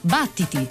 Battiti!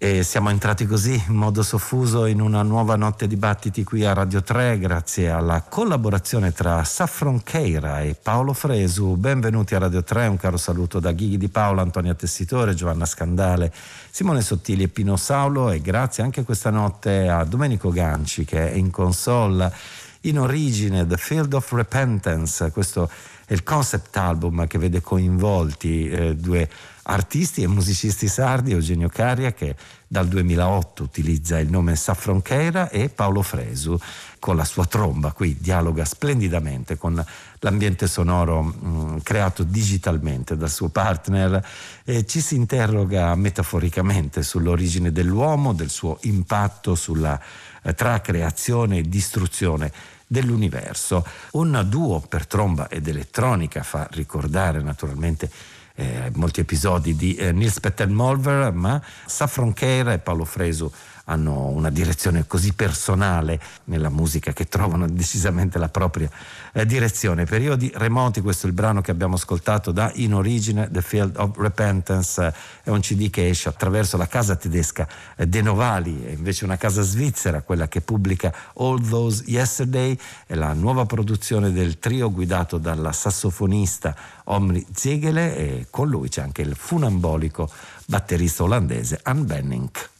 E siamo entrati così in modo soffuso in una nuova notte di battiti qui a Radio 3 grazie alla collaborazione tra Saffron Keira e Paolo Fresu. Benvenuti a Radio 3, un caro saluto da Ghighi Di Paola, Antonia Tessitore, Giovanna Scandale, Simone Sottili e Pino Saulo, e grazie anche questa notte a Domenico Ganci che è in console. In origine The Field of Repentance, questo è il concept album che vede coinvolti due artisti e musicisti sardi, Eugenio Caria che dal 2008 utilizza il nome Saffron Keira e Paolo Fresu con la sua tromba, qui dialoga splendidamente con l'ambiente sonoro creato digitalmente dal suo partner, e ci si interroga metaforicamente sull'origine dell'uomo, del suo impatto tra creazione e distruzione dell'universo. Un duo per tromba ed elettronica fa ricordare naturalmente molti episodi di Nils Petter Molver, ma Saffron Keira e Paolo Fresu hanno una direzione così personale nella musica che trovano decisamente la propria direzione. Periodi remoti, questo è il brano che abbiamo ascoltato da In Origine, The Field of Repentance, è un CD che esce attraverso la casa tedesca De Novali, è invece una casa svizzera quella che pubblica All Those Yesterday, è la nuova produzione del trio guidato dalla sassofonista Omri Zegele, e con lui c'è anche il funambolico batterista olandese Ann Benink.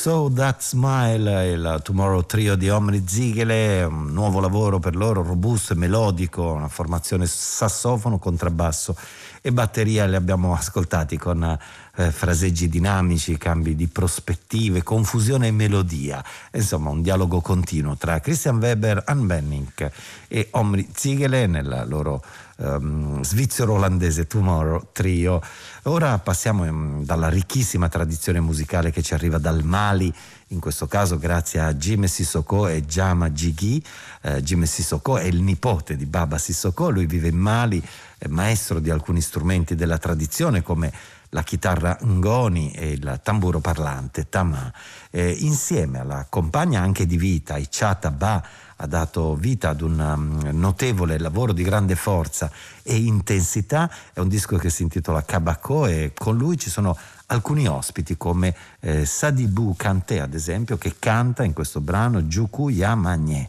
So That Smile, il Tomorrow Trio di Omri Ziegele, un nuovo lavoro per loro, robusto e melodico, una formazione sassofono, contrabbasso e batteria. Li abbiamo ascoltati con fraseggi dinamici, cambi di prospettive, confusione e melodia, insomma un dialogo continuo tra Christian Weber, Anne Benning e Omri Ziegele nella loro svizzero-olandese Tomorrow Trio. Ora passiamo dalla ricchissima tradizione musicale che ci arriva dal Mali, in questo caso grazie a Jimé Sissoko e Jama Jigui. Jimé Sissoko è il nipote di Baba Sissoko, lui vive in Mali, è maestro di alcuni strumenti della tradizione come la chitarra ngoni e il tamburo parlante tama. Insieme alla compagna anche di vita, Ichata Ba, ha dato vita ad un notevole lavoro di grande forza e intensità. È un disco che si intitola Kabako e con lui ci sono alcuni ospiti come Sadibou Kanté, ad esempio, che canta in questo brano Juku Ya Magné.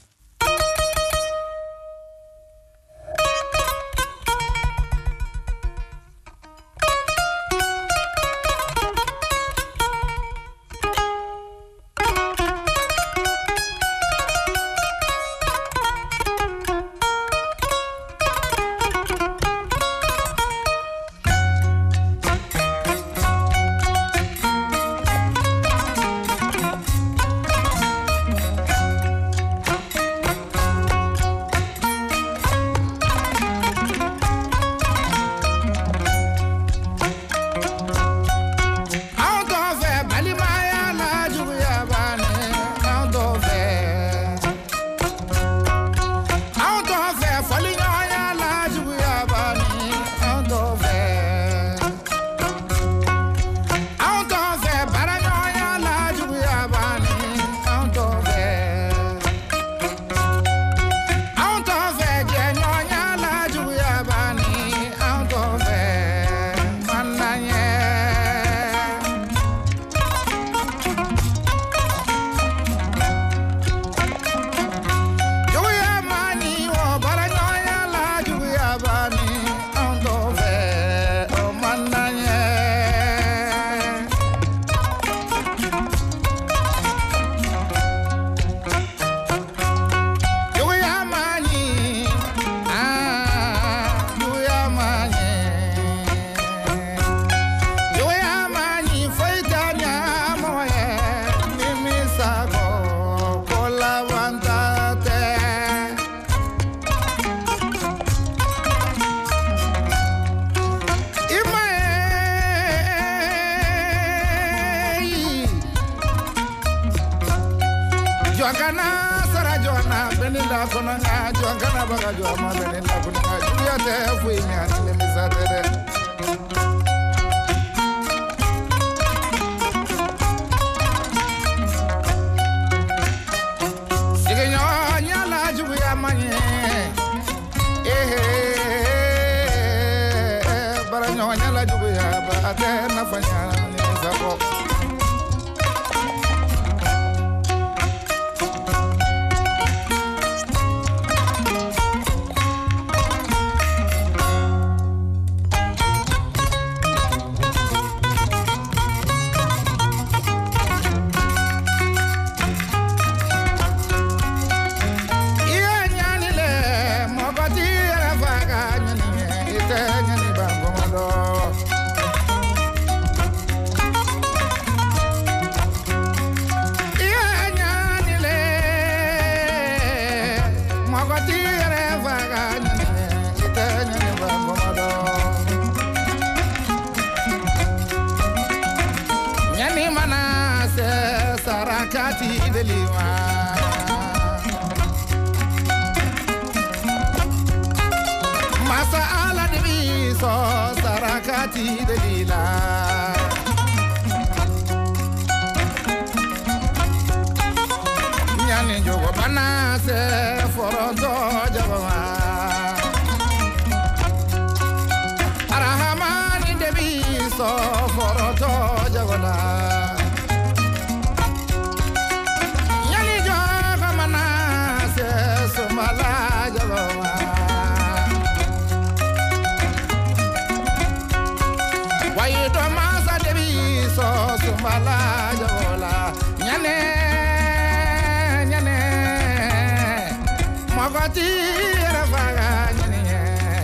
tira faga nyane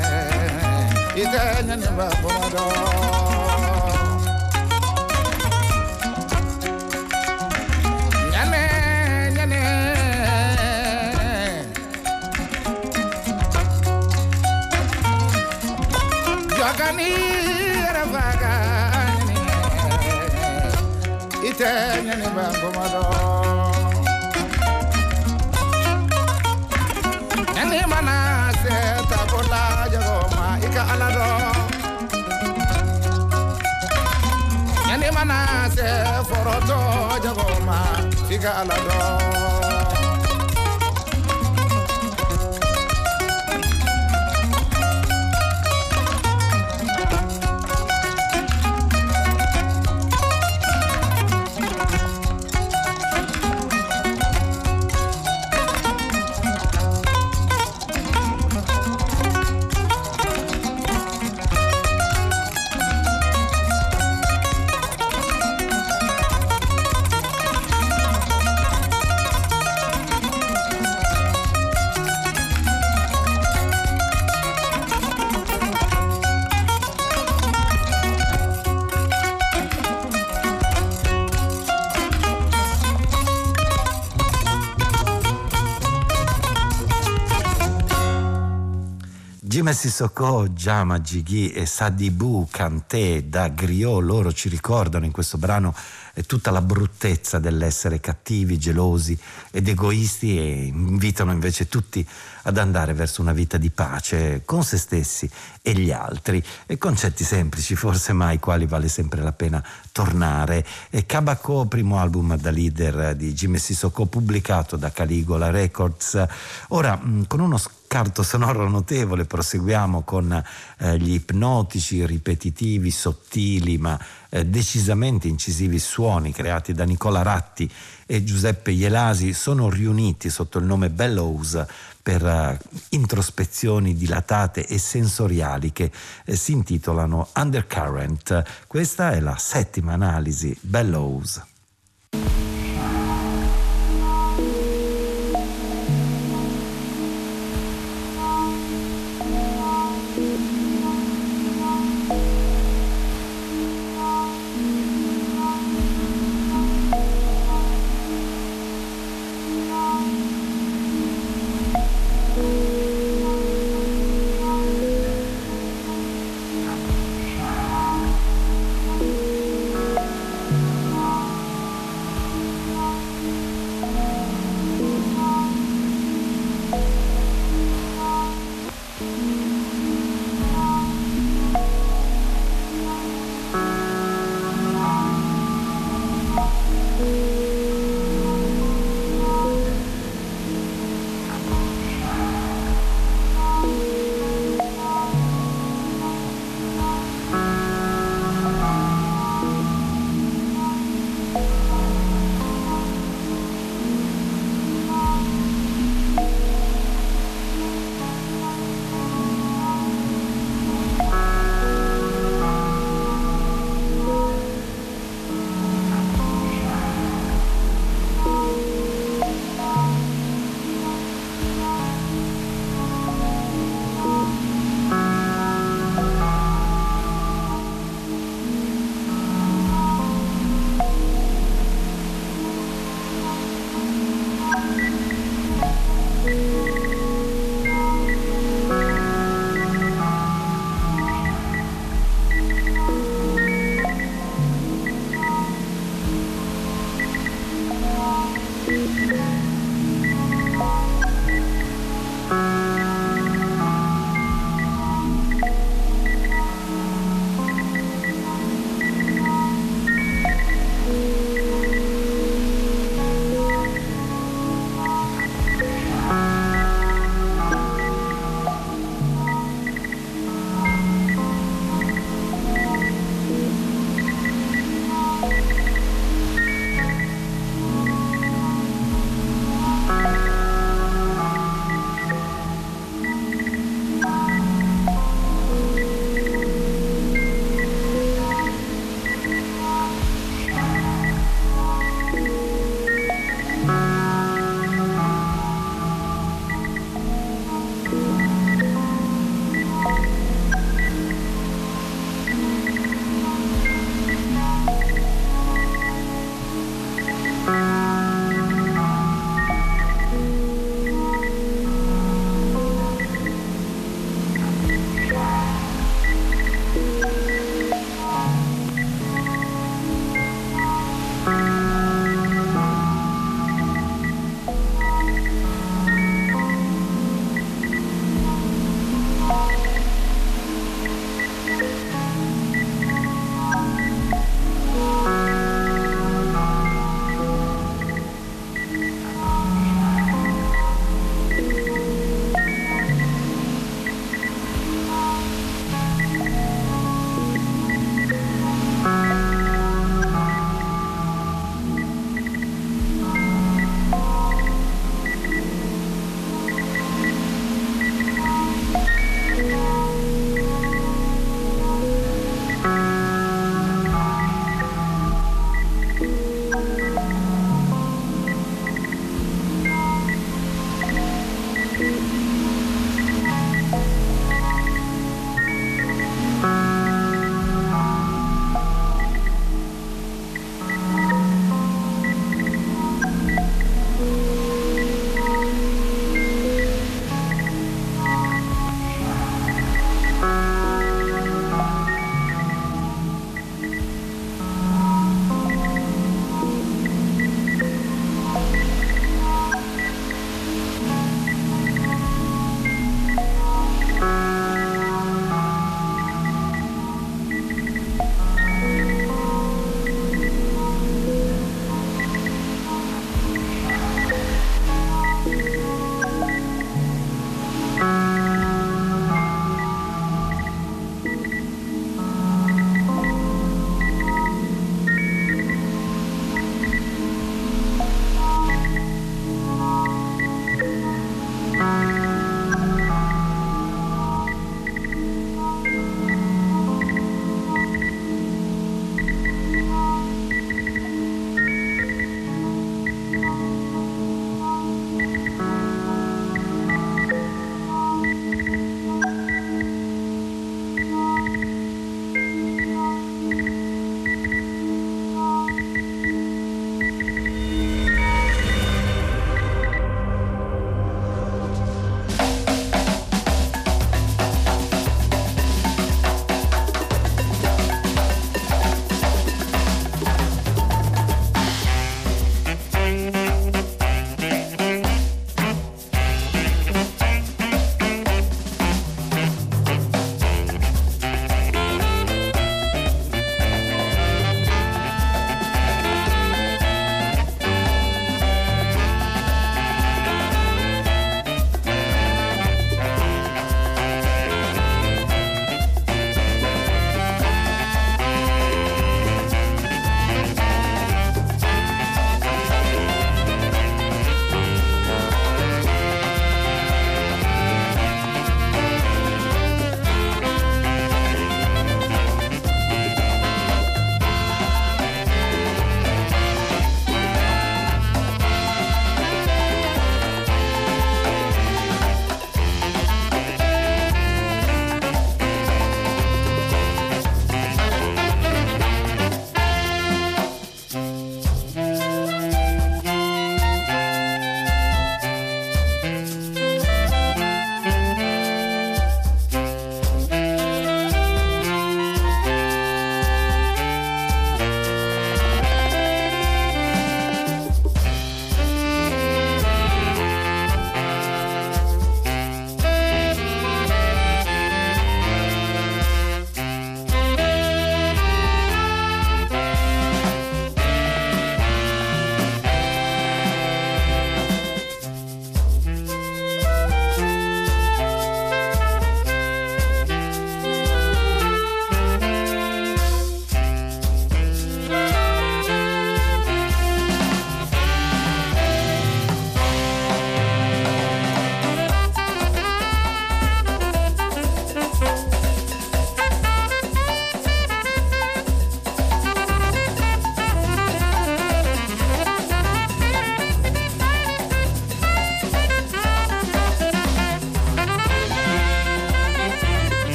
ita nyane ba pomado nyane nyane jagani faga nyane ita nyane ba pomado Nani mana se tabola jagoma ika alado Nani mana se foroto jagoma ika alado Jimmy Sissoko, Jama Jiggy e Sadibou Kanté da Griot, loro ci ricordano in questo brano tutta la bruttezza dell'essere cattivi, gelosi ed egoisti e invitano invece tutti ad andare verso una vita di pace con se stessi e gli altri, e concetti semplici forse ma ai quali vale sempre la pena tornare. Kabako, primo album da leader di Jimmy Sissoko pubblicato da Caligola Records. Ora con uno scarto sonoro notevole proseguiamo con gli ipnotici, ripetitivi, sottili ma decisamente incisivi suoni creati da Nicola Ratti e Giuseppe Ielasi. Sono riuniti sotto il nome Bellows per introspezioni dilatate e sensoriali che si intitolano Undercurrent. Questa è la 7ª analisi, Bellows.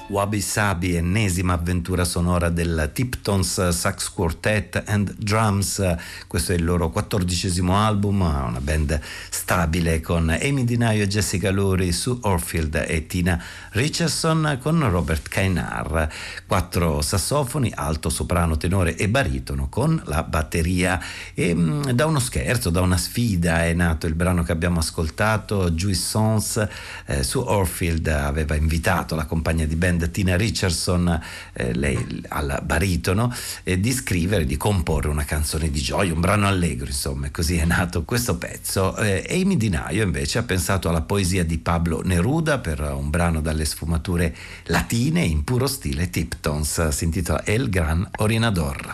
Wabi Sabi, ennesima avventura sonora del Tiptons Sax Quartet and Drums. Questo è il loro 14° album, una band stabile con Amy Dinaio e Jessica Lurie, Sue Orfield e Tina Richardson con Robert Kainar. 4 sassofoni, alto, soprano, tenore e baritono con la batteria. E da uno scherzo, da una sfida è nato il brano che abbiamo ascoltato, Jouissance. Sue Orfield aveva invitato la compagna di band Tina Richardson, lei al baritono, di scrivere, di comporre una canzone di gioia, un brano allegro, insomma, e così è nato questo pezzo. Amy Dinaio invece ha pensato alla poesia di Pablo Neruda per un brano dalle sfumature latine in puro stile Tiptons, si intitola El Gran Orinador.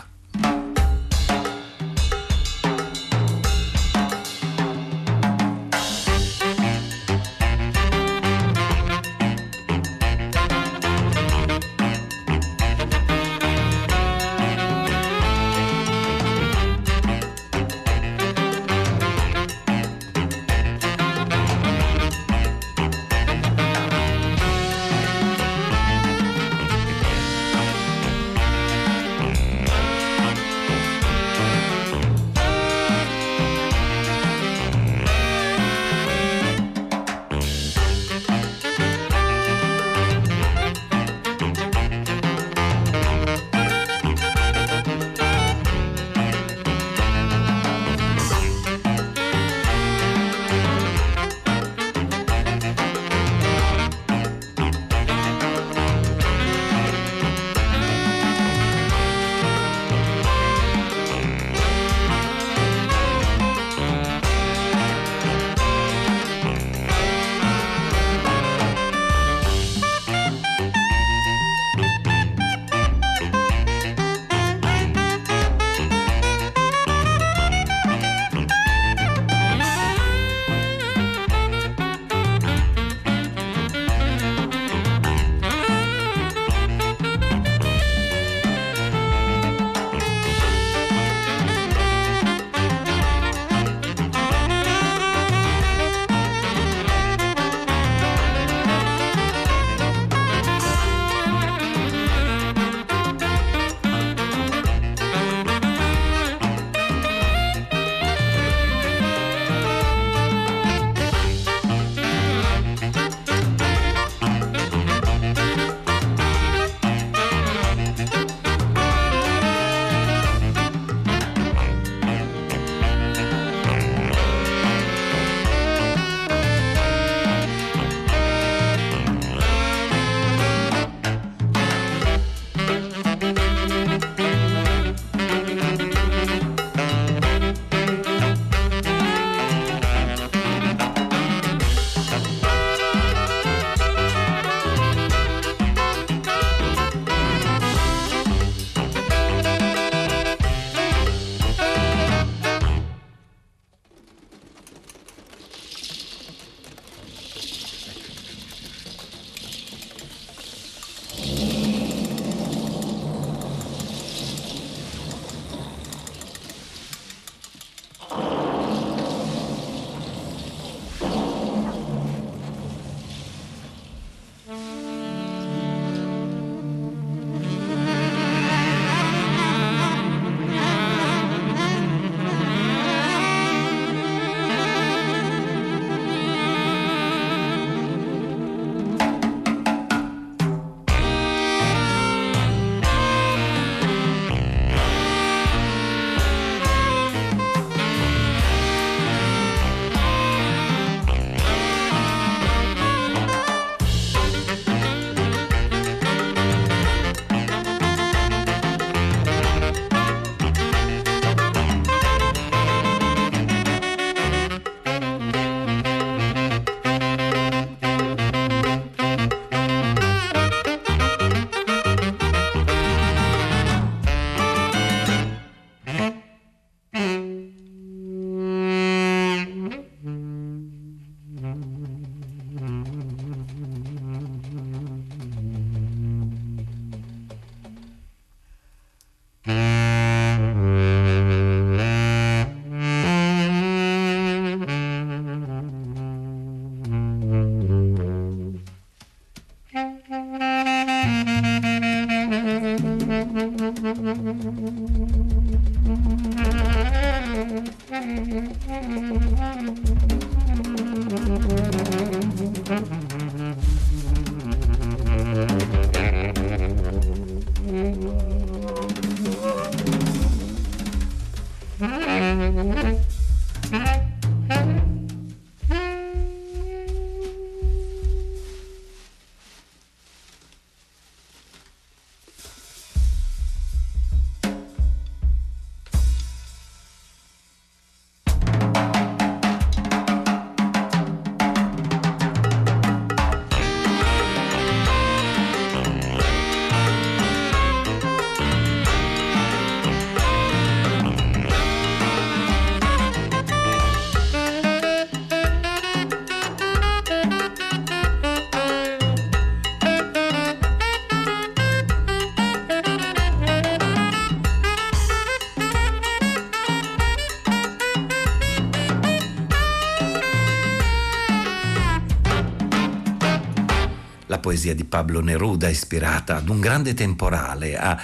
La poesia di Pablo Neruda, ispirata ad un grande temporale, ha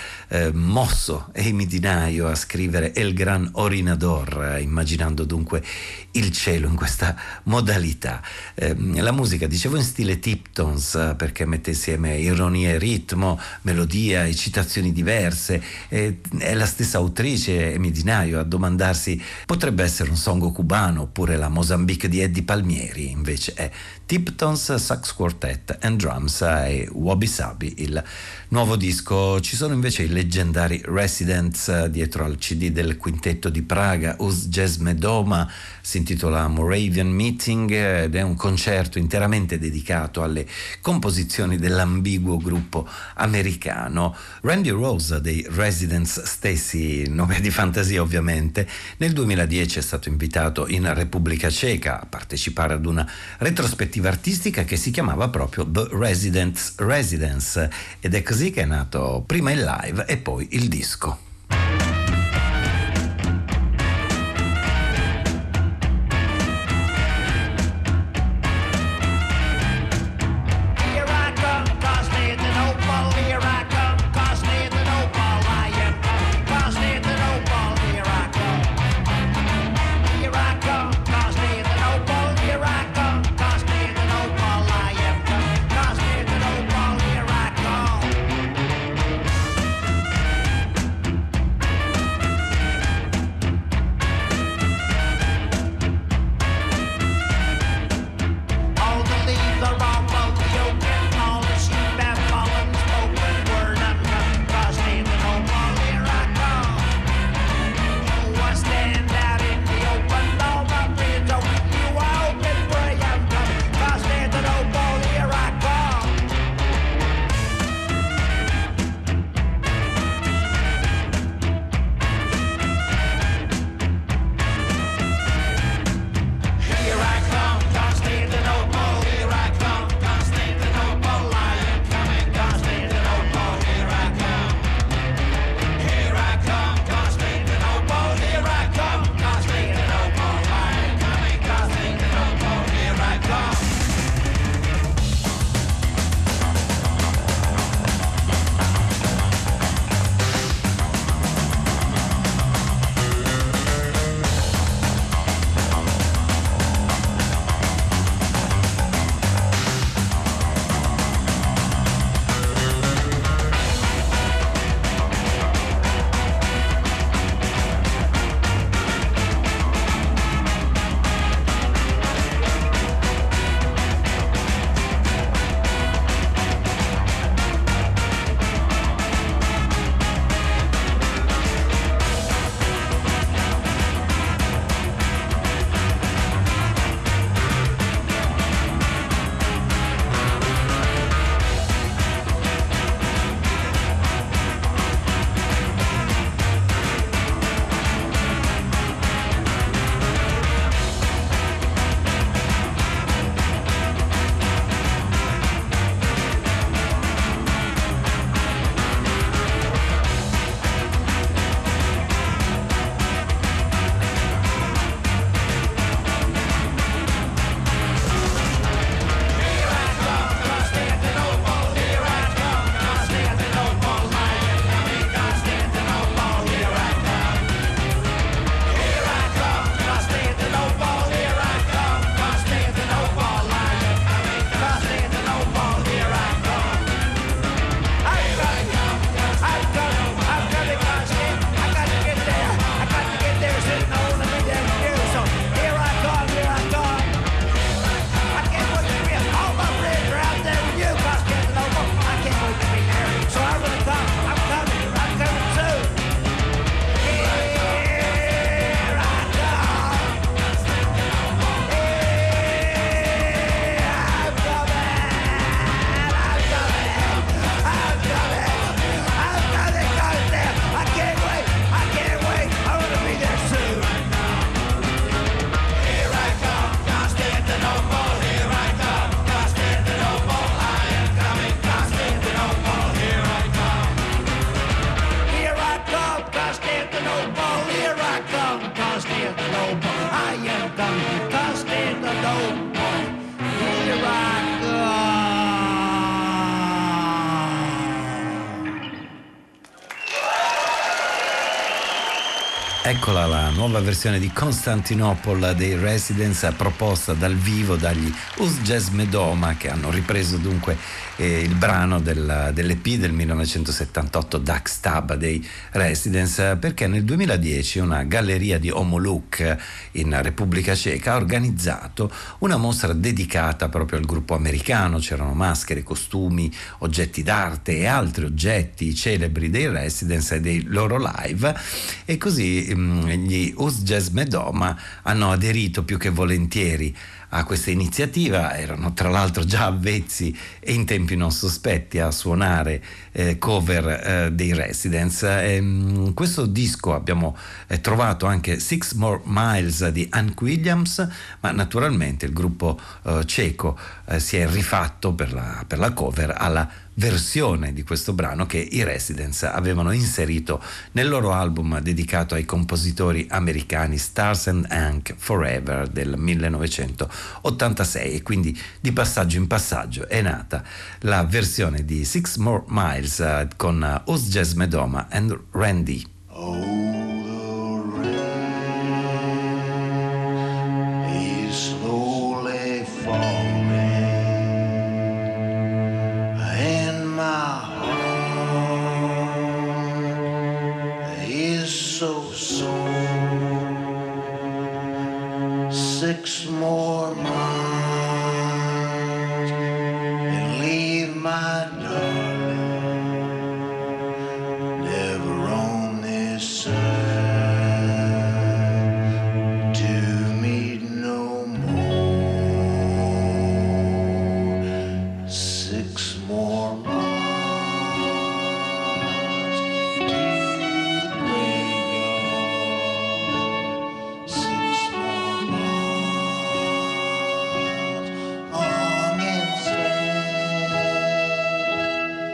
mosso Amy Di Naio a scrivere El Gran Orinador, immaginando dunque il cielo in questa modalità. La musica, dicevo, in stile Tiptons, perché mette insieme ironia e ritmo, melodia e citazioni diverse. È la stessa autrice, Amy Di Naio, a domandarsi: potrebbe essere un songo cubano, oppure la Mozambique di Eddie Palmieri? Invece è Tiptons Sax Quartet and Drums e Wabi Sabi, il nuovo disco. Ci sono invece i leggendari Residents dietro al CD del quintetto di Praga Uz Jazzme Doma. Si intitola Moravian Meeting ed è un concerto interamente dedicato alle composizioni dell'ambiguo gruppo americano. Randy Rose dei Residents stessi, nome di fantasia ovviamente, nel 2010 è stato invitato in Repubblica Ceca a partecipare ad una retrospettiva artistica che si chiamava proprio The Residents Residence, ed è così che è nato prima il live e poi il disco. Eccola la nuova versione di Constantinople dei Residents, proposta dal vivo dagli Us Jazz Medoma, che hanno ripreso dunque il brano dell'EP del 1978 Duck Stab dei Residents, perché nel 2010 una galleria di Omoluk in Repubblica Ceca ha organizzato una mostra dedicata proprio al gruppo americano. C'erano maschere, costumi, oggetti d'arte e altri oggetti celebri dei Residents e dei loro live, e così gli Us Jazz Medoma hanno aderito più che volentieri a questa iniziativa. Erano tra l'altro già avvezzi e in tempi non sospetti a suonare cover dei Residents. Questo disco abbiamo trovato anche Six More Miles di Hank Williams, ma naturalmente il gruppo ceco si è rifatto per la cover alla versione di questo brano che i Residents avevano inserito nel loro album dedicato ai compositori americani Stars and Hank Forever del 1986, e quindi di passaggio in passaggio è nata la versione di Six More Miles con Us Jazz Medoma and Randy. Six more miles and leave my darling never on this earth to meet no more. Six more miles to the graveyard. Six more miles on its way.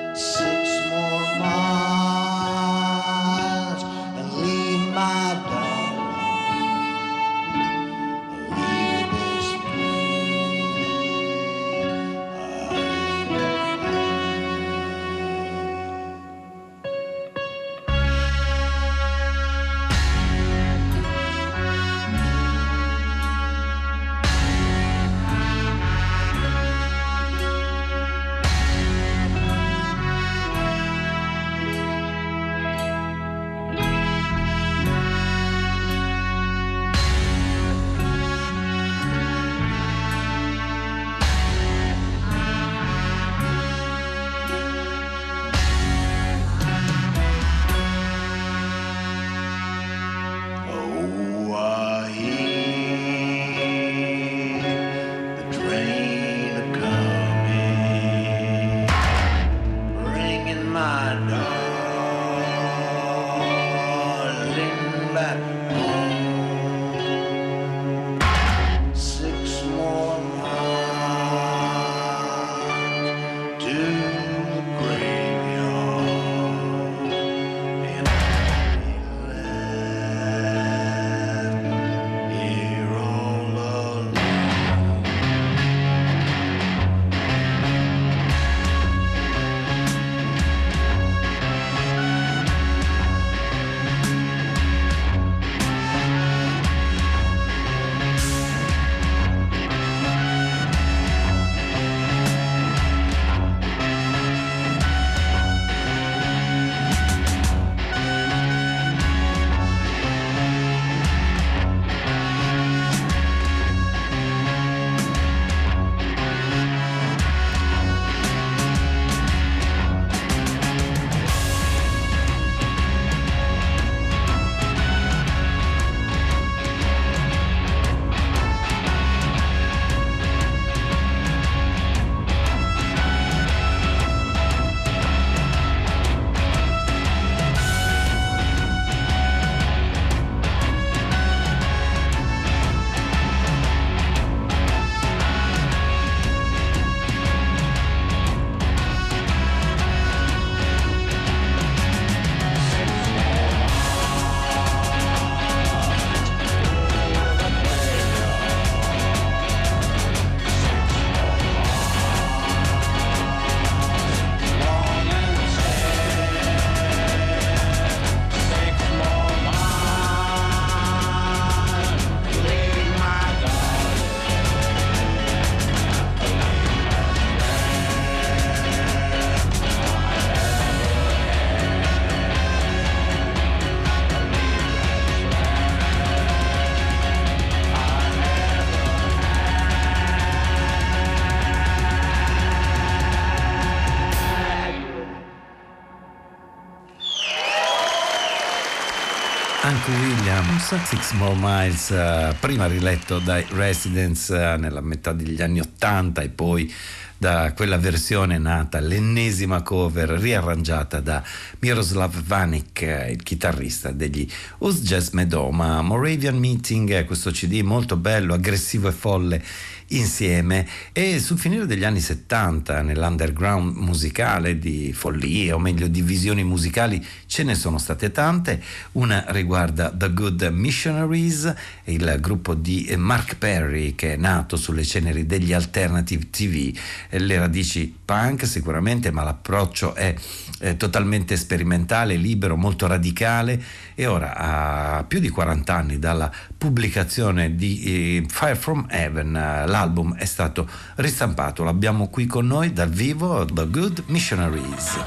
Hank Williams, Six More Miles, prima riletto dai Residents nella metà degli anni '80 e poi da quella versione nata, l'ennesima cover riarrangiata da Miroslav Vanik, il chitarrista degli Uz Jazz Medoma. Moravian Meeting, questo CD molto bello, aggressivo e folle insieme, e sul finire degli anni '70 nell'underground musicale di follie, o meglio di visioni musicali, ce ne sono state tante. Una riguarda The Good Missionaries, il gruppo di Mark Perry che è nato sulle ceneri degli Alternative TV, le radici punk sicuramente, ma l'approccio è totalmente sperimentale, libero, molto radicale, e ora a più di 40 anni dalla pubblicazione di Fire from Heaven l'album è stato ristampato. L'abbiamo qui con noi dal vivo, The Good Missionaries.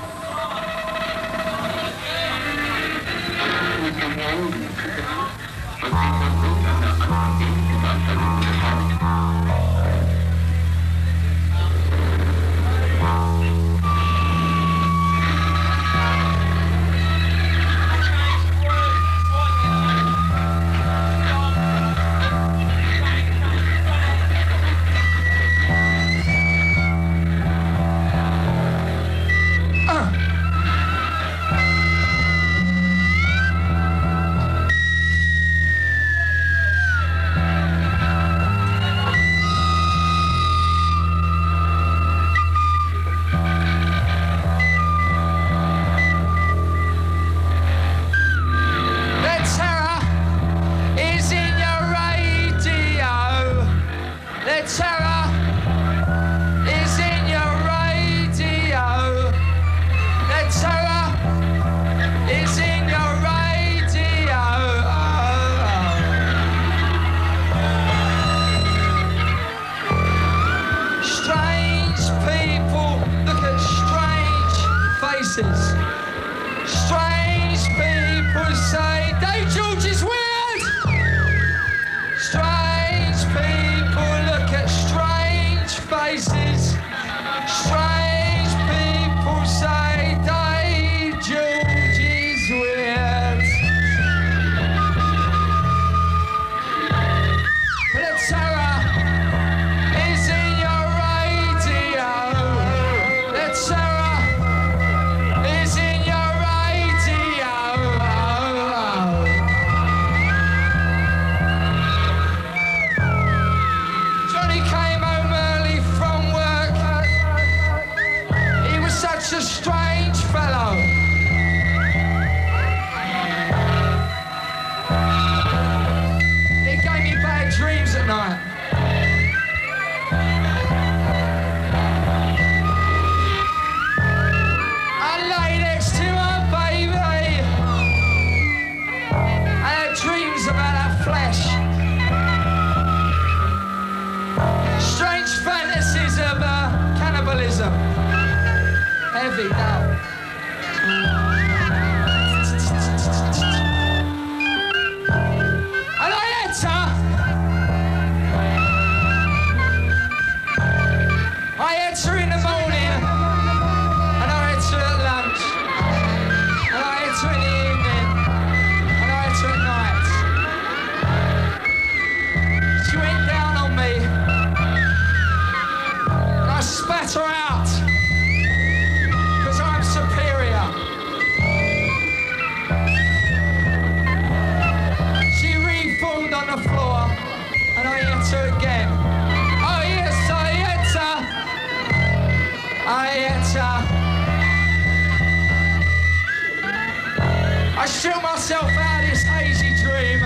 I shoot myself out of this hazy dream.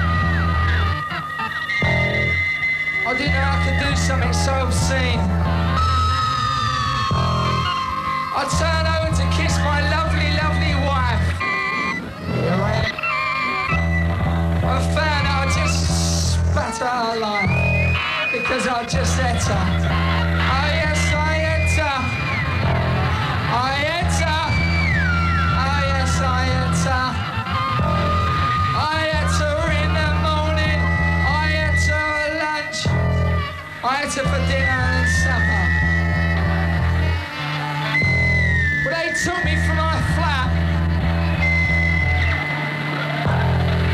I didn't know I could do something so obscene. I turned over to kiss my lovely, lovely wife. I found out I just spat out her life because I just ate her. Oh yes, I ate her. I ate her. Oh yes, I ate her. I ate her in the morning. I ate her at lunch. I ate her for dinner and supper. But they took me from my flat.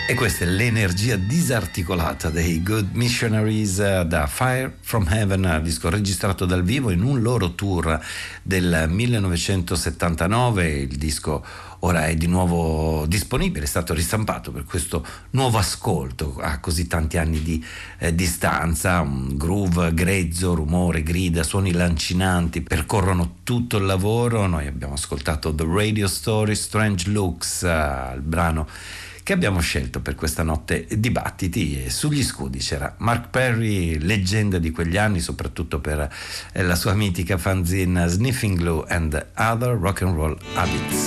E questa è l'energia disarticolata dei Good Missionaries da Fire from Heaven, disco registrato dal vivo in un loro tour del 1979. Il disco ora è di nuovo disponibile, è stato ristampato per questo nuovo ascolto a così tanti anni di distanza. Un groove grezzo, rumore, grida, suoni lancinanti percorrono tutto il lavoro. Noi abbiamo ascoltato The Radio Story, Strange Looks, il brano che abbiamo scelto per questa notte dibattiti, e sugli scudi c'era Mark Perry, leggenda di quegli anni soprattutto per la sua mitica fanzine Sniffing Glue and Other Rock and Roll Habits.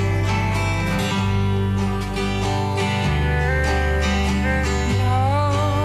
No.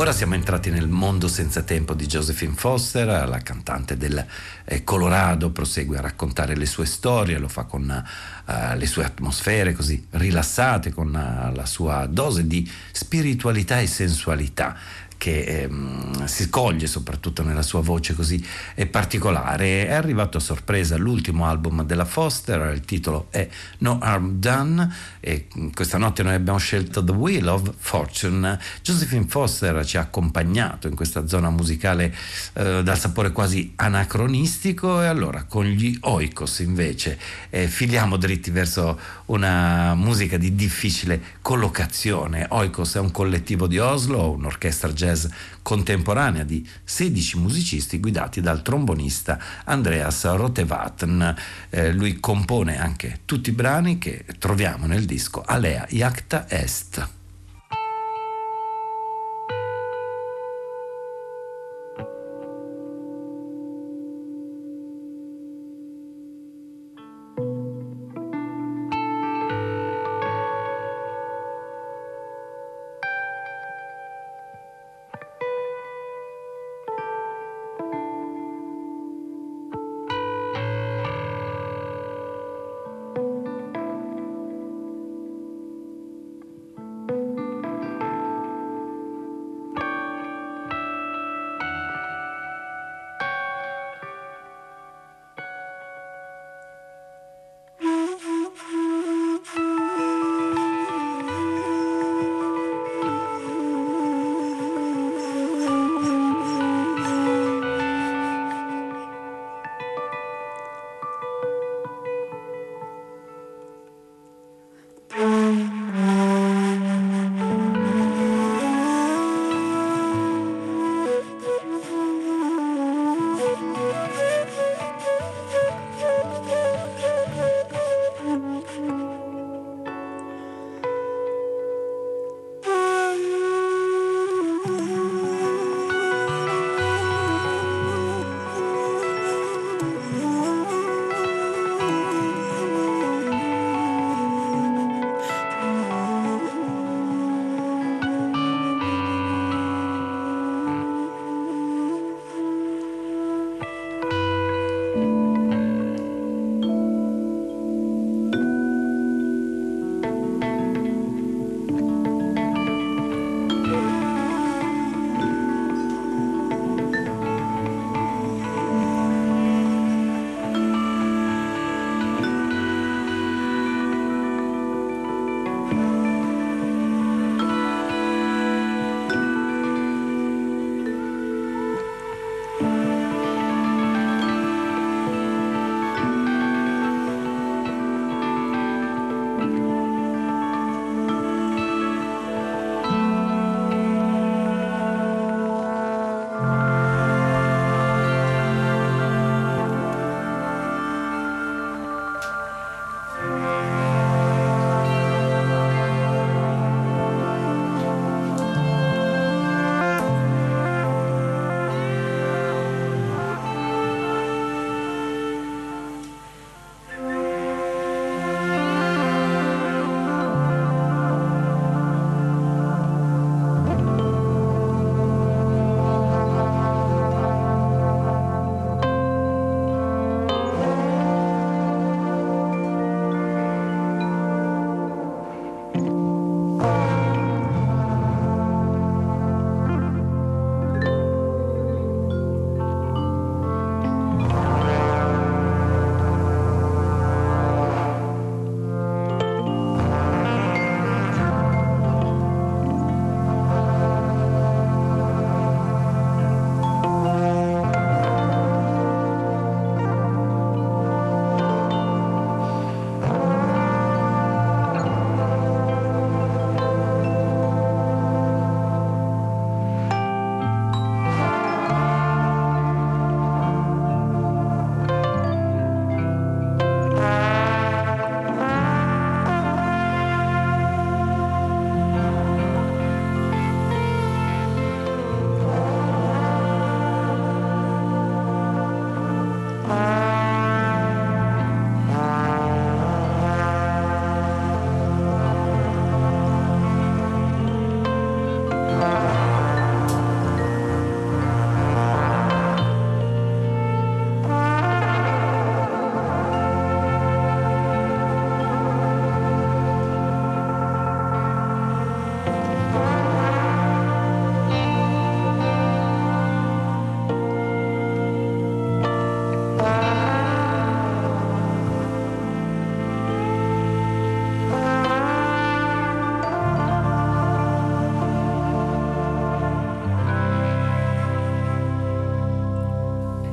Ora siamo entrati nel mondo senza tempo di Josephine Foster, la cantante del Colorado prosegue a raccontare le sue storie, lo fa con le sue atmosfere così rilassate, con la sua dose di spiritualità e sensualità che si coglie soprattutto nella sua voce così particolare. È arrivato a sorpresa l'ultimo album della Foster, il titolo è No Harm Done, e questa notte noi abbiamo scelto The Wheel of Fortune. Josephine Foster ci ha accompagnato in questa zona musicale dal sapore quasi anacronistico, e allora con gli Oikos invece filiamo dritti verso una musica di difficile collocazione. Oikos è un collettivo di Oslo, un'orchestra jazz contemporanea di 16 musicisti guidati dal trombonista Andreas Rotevatn. Lui compone anche tutti i brani che troviamo nel disco Alea Jacta Est.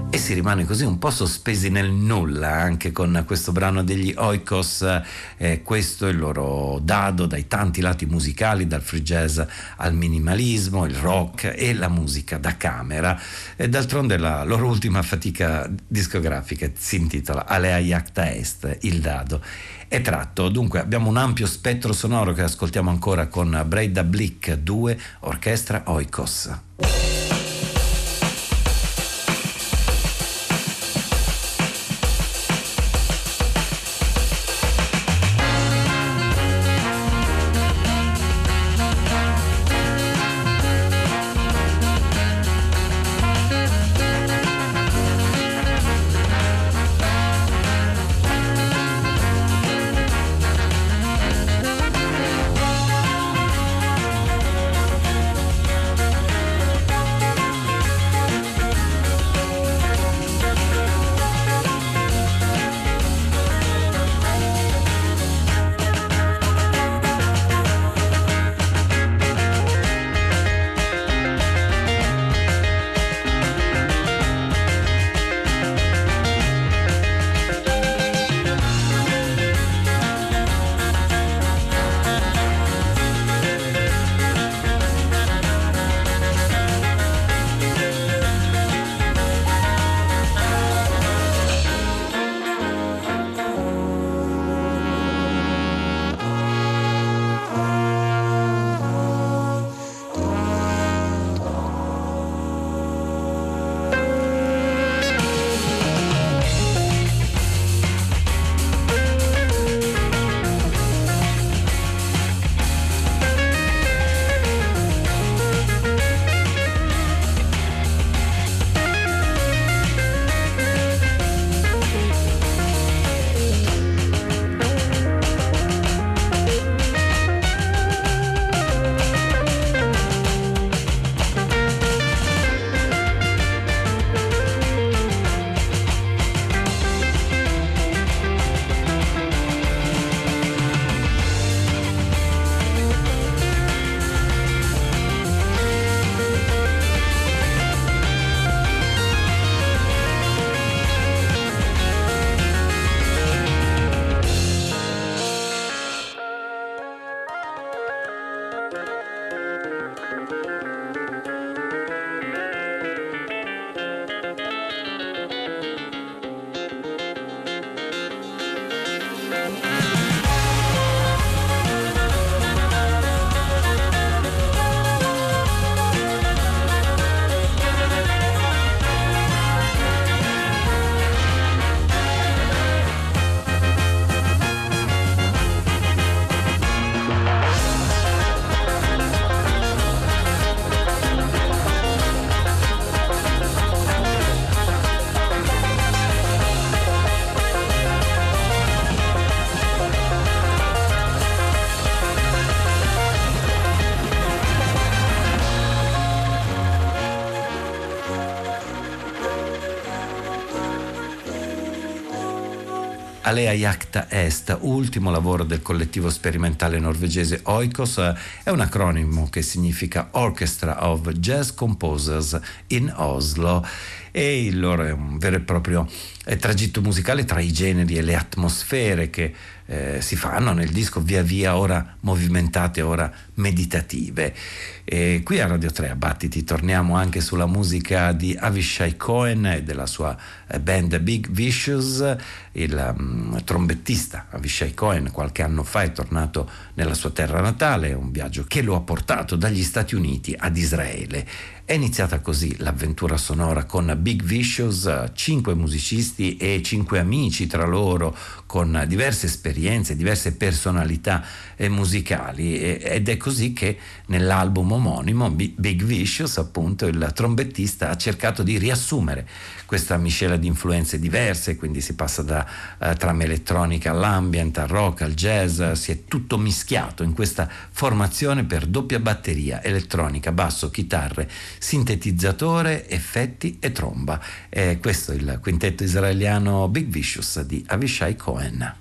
E si rimane così un po' sospesi nel nulla anche con questo brano degli Oikos. Questo è il loro dado dai tanti lati musicali, dal free jazz al minimalismo, il rock e la musica da camera. E d'altronde la loro ultima fatica discografica si intitola Alea Iacta Est, il dado. È tratto, dunque abbiamo un ampio spettro sonoro che ascoltiamo ancora con Breda Blick 2, Orchestra Oikos. Alea Iacta Est, ultimo lavoro del collettivo sperimentale norvegese Oikos, è un acronimo che significa Orchestra of Jazz Composers in Oslo, e il loro è un vero e proprio tragitto musicale tra i generi e le atmosfere che si fanno nel disco, via via ora movimentate, ora meditative. E qui a Radio 3 a Battiti torniamo anche sulla musica di Avishai Cohen e della sua band Big Vicious. Il trombettista Avishai Cohen qualche anno fa è tornato nella sua terra natale, un viaggio che lo ha portato dagli Stati Uniti ad Israele. È iniziata così l'avventura sonora con Big Vicious, 5 musicisti e 5 amici tra loro, con diverse esperienze, diverse personalità musicali, ed è così che nell'album omonimo Big Vicious, appunto, il trombettista ha cercato di riassumere questa miscela di influenze diverse, quindi si passa da trama elettronica all'ambient, al rock, al jazz, si è tutto mischiato in questa formazione per doppia batteria, elettronica, basso, chitarre, sintetizzatore, effetti e tromba. Questo è il quintetto israeliano Big Vicious di Avishai Cohen.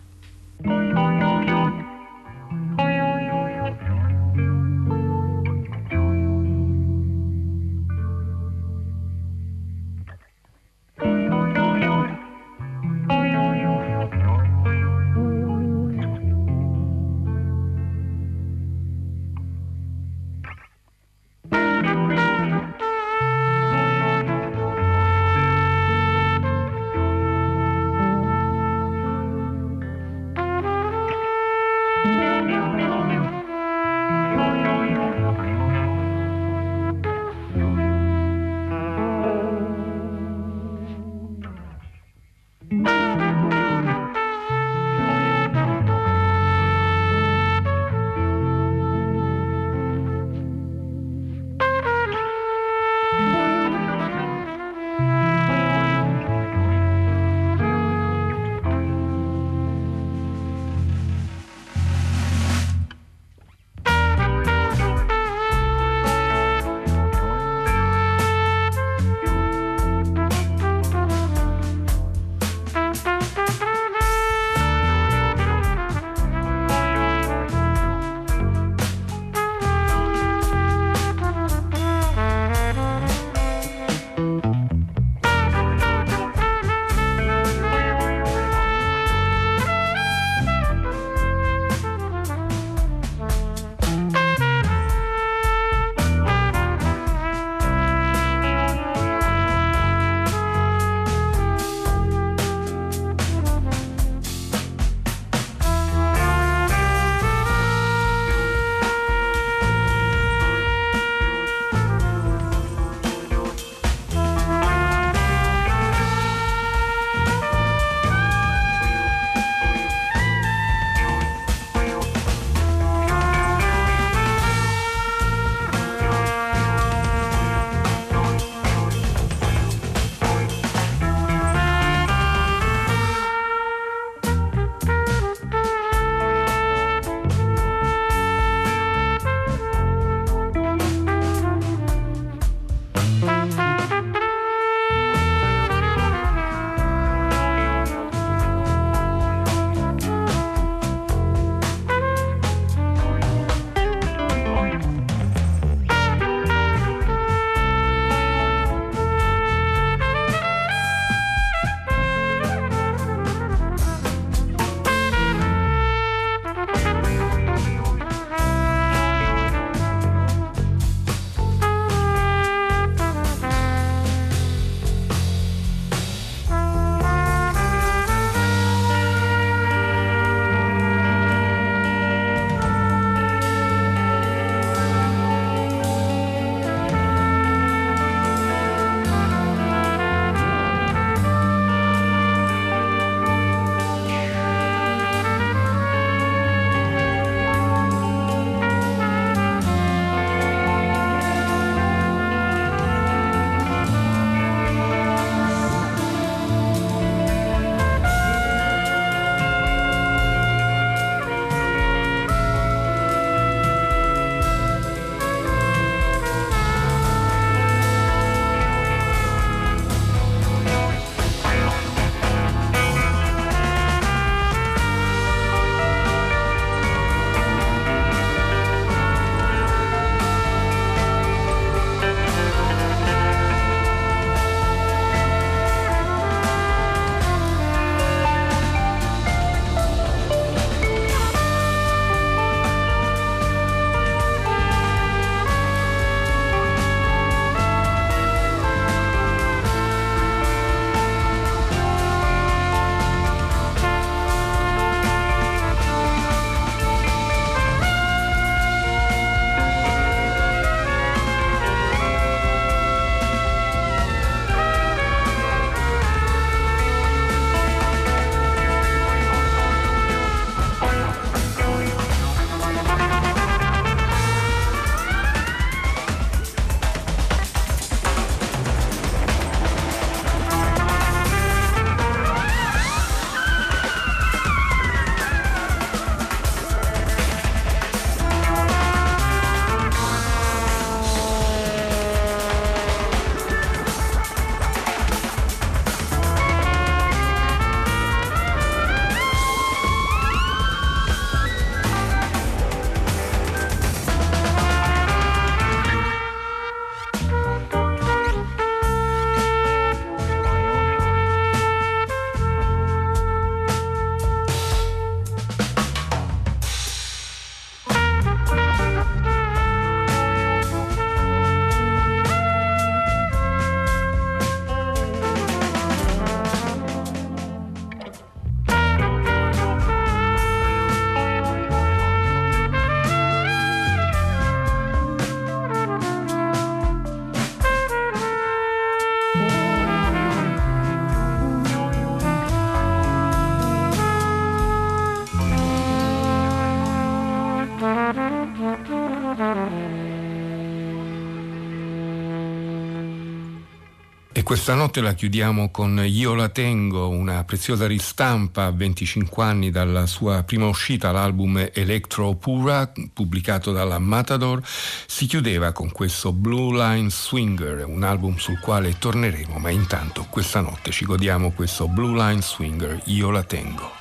E questa notte la chiudiamo con Io la tengo, una preziosa ristampa a 25 anni dalla sua prima uscita, l'album Electro Pura, pubblicato dalla Matador. Si chiudeva con questo Blue Line Swinger, un album sul quale torneremo, ma intanto questa notte ci godiamo questo Blue Line Swinger, Io la tengo.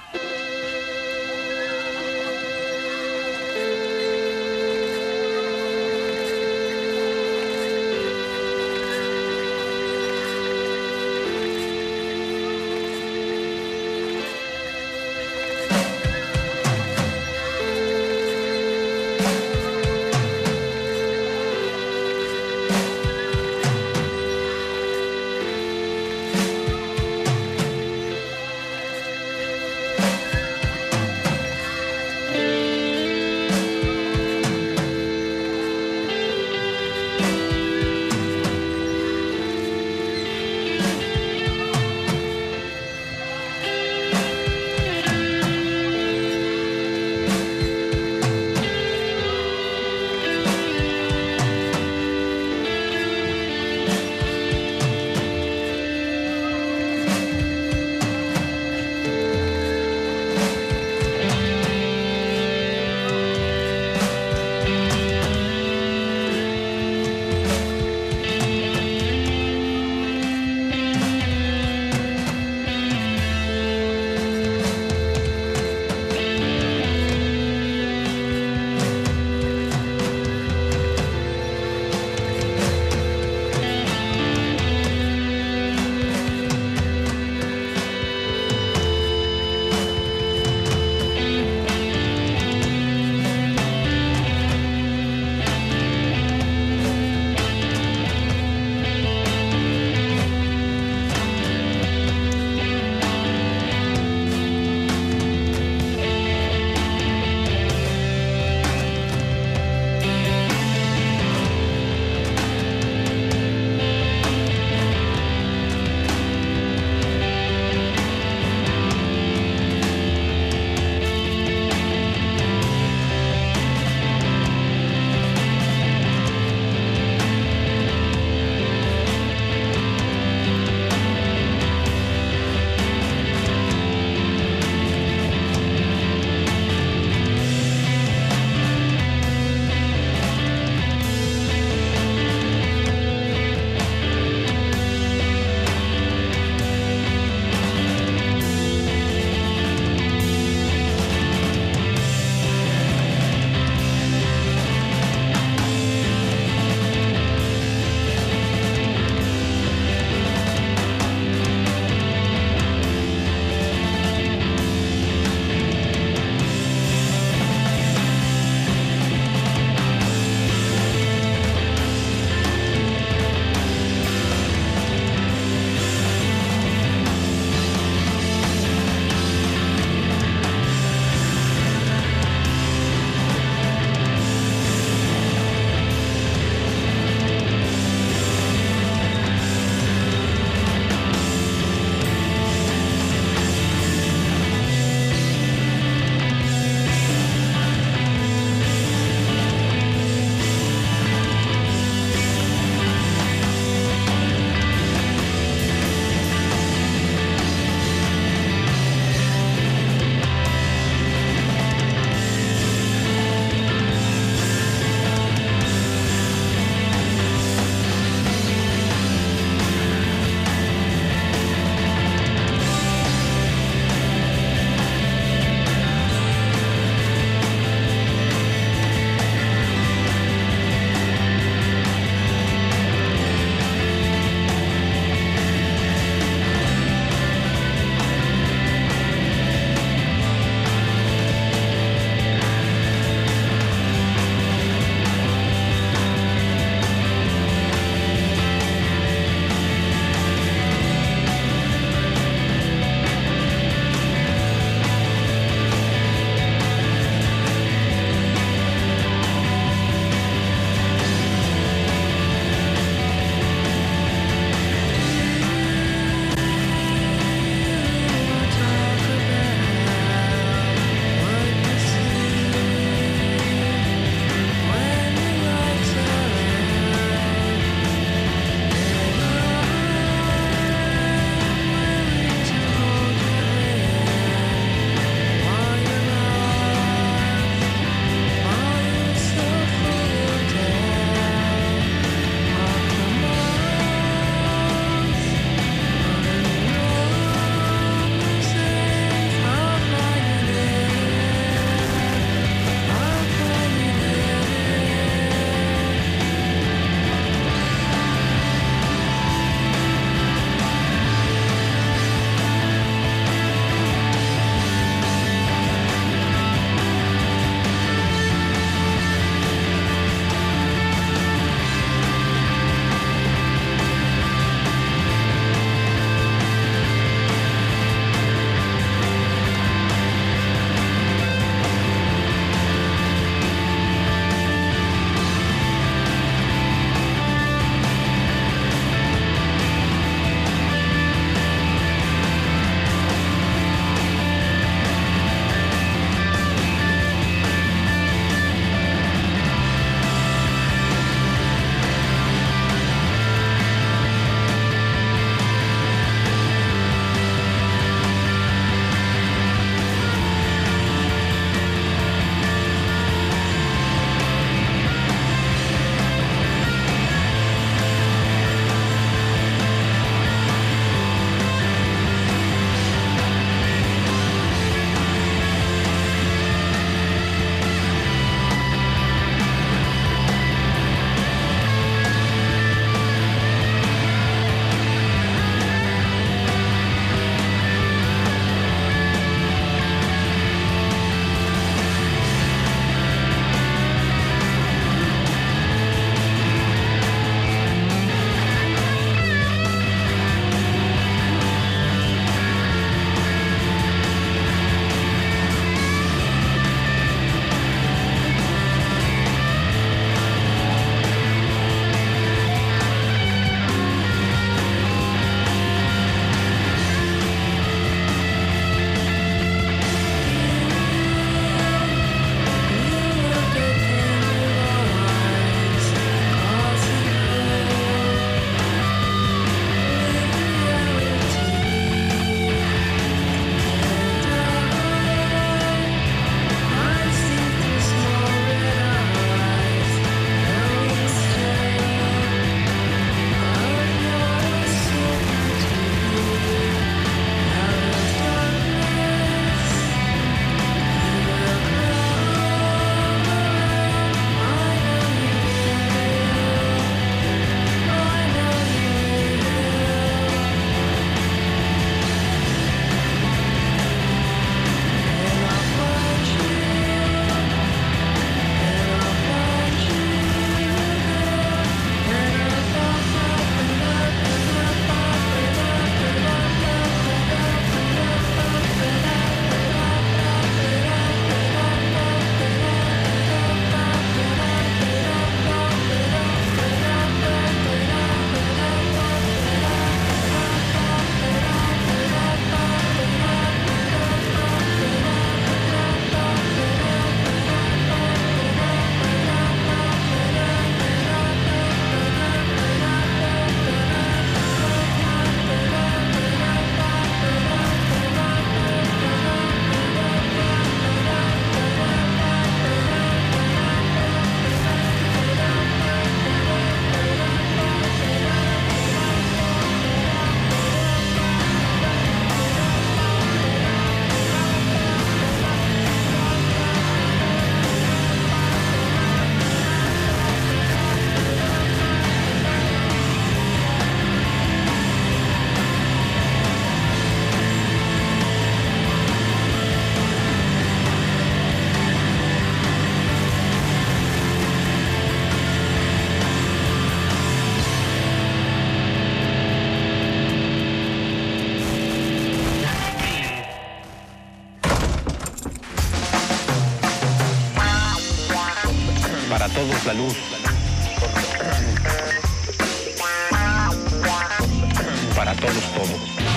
Para todos la luz. Para todos todo.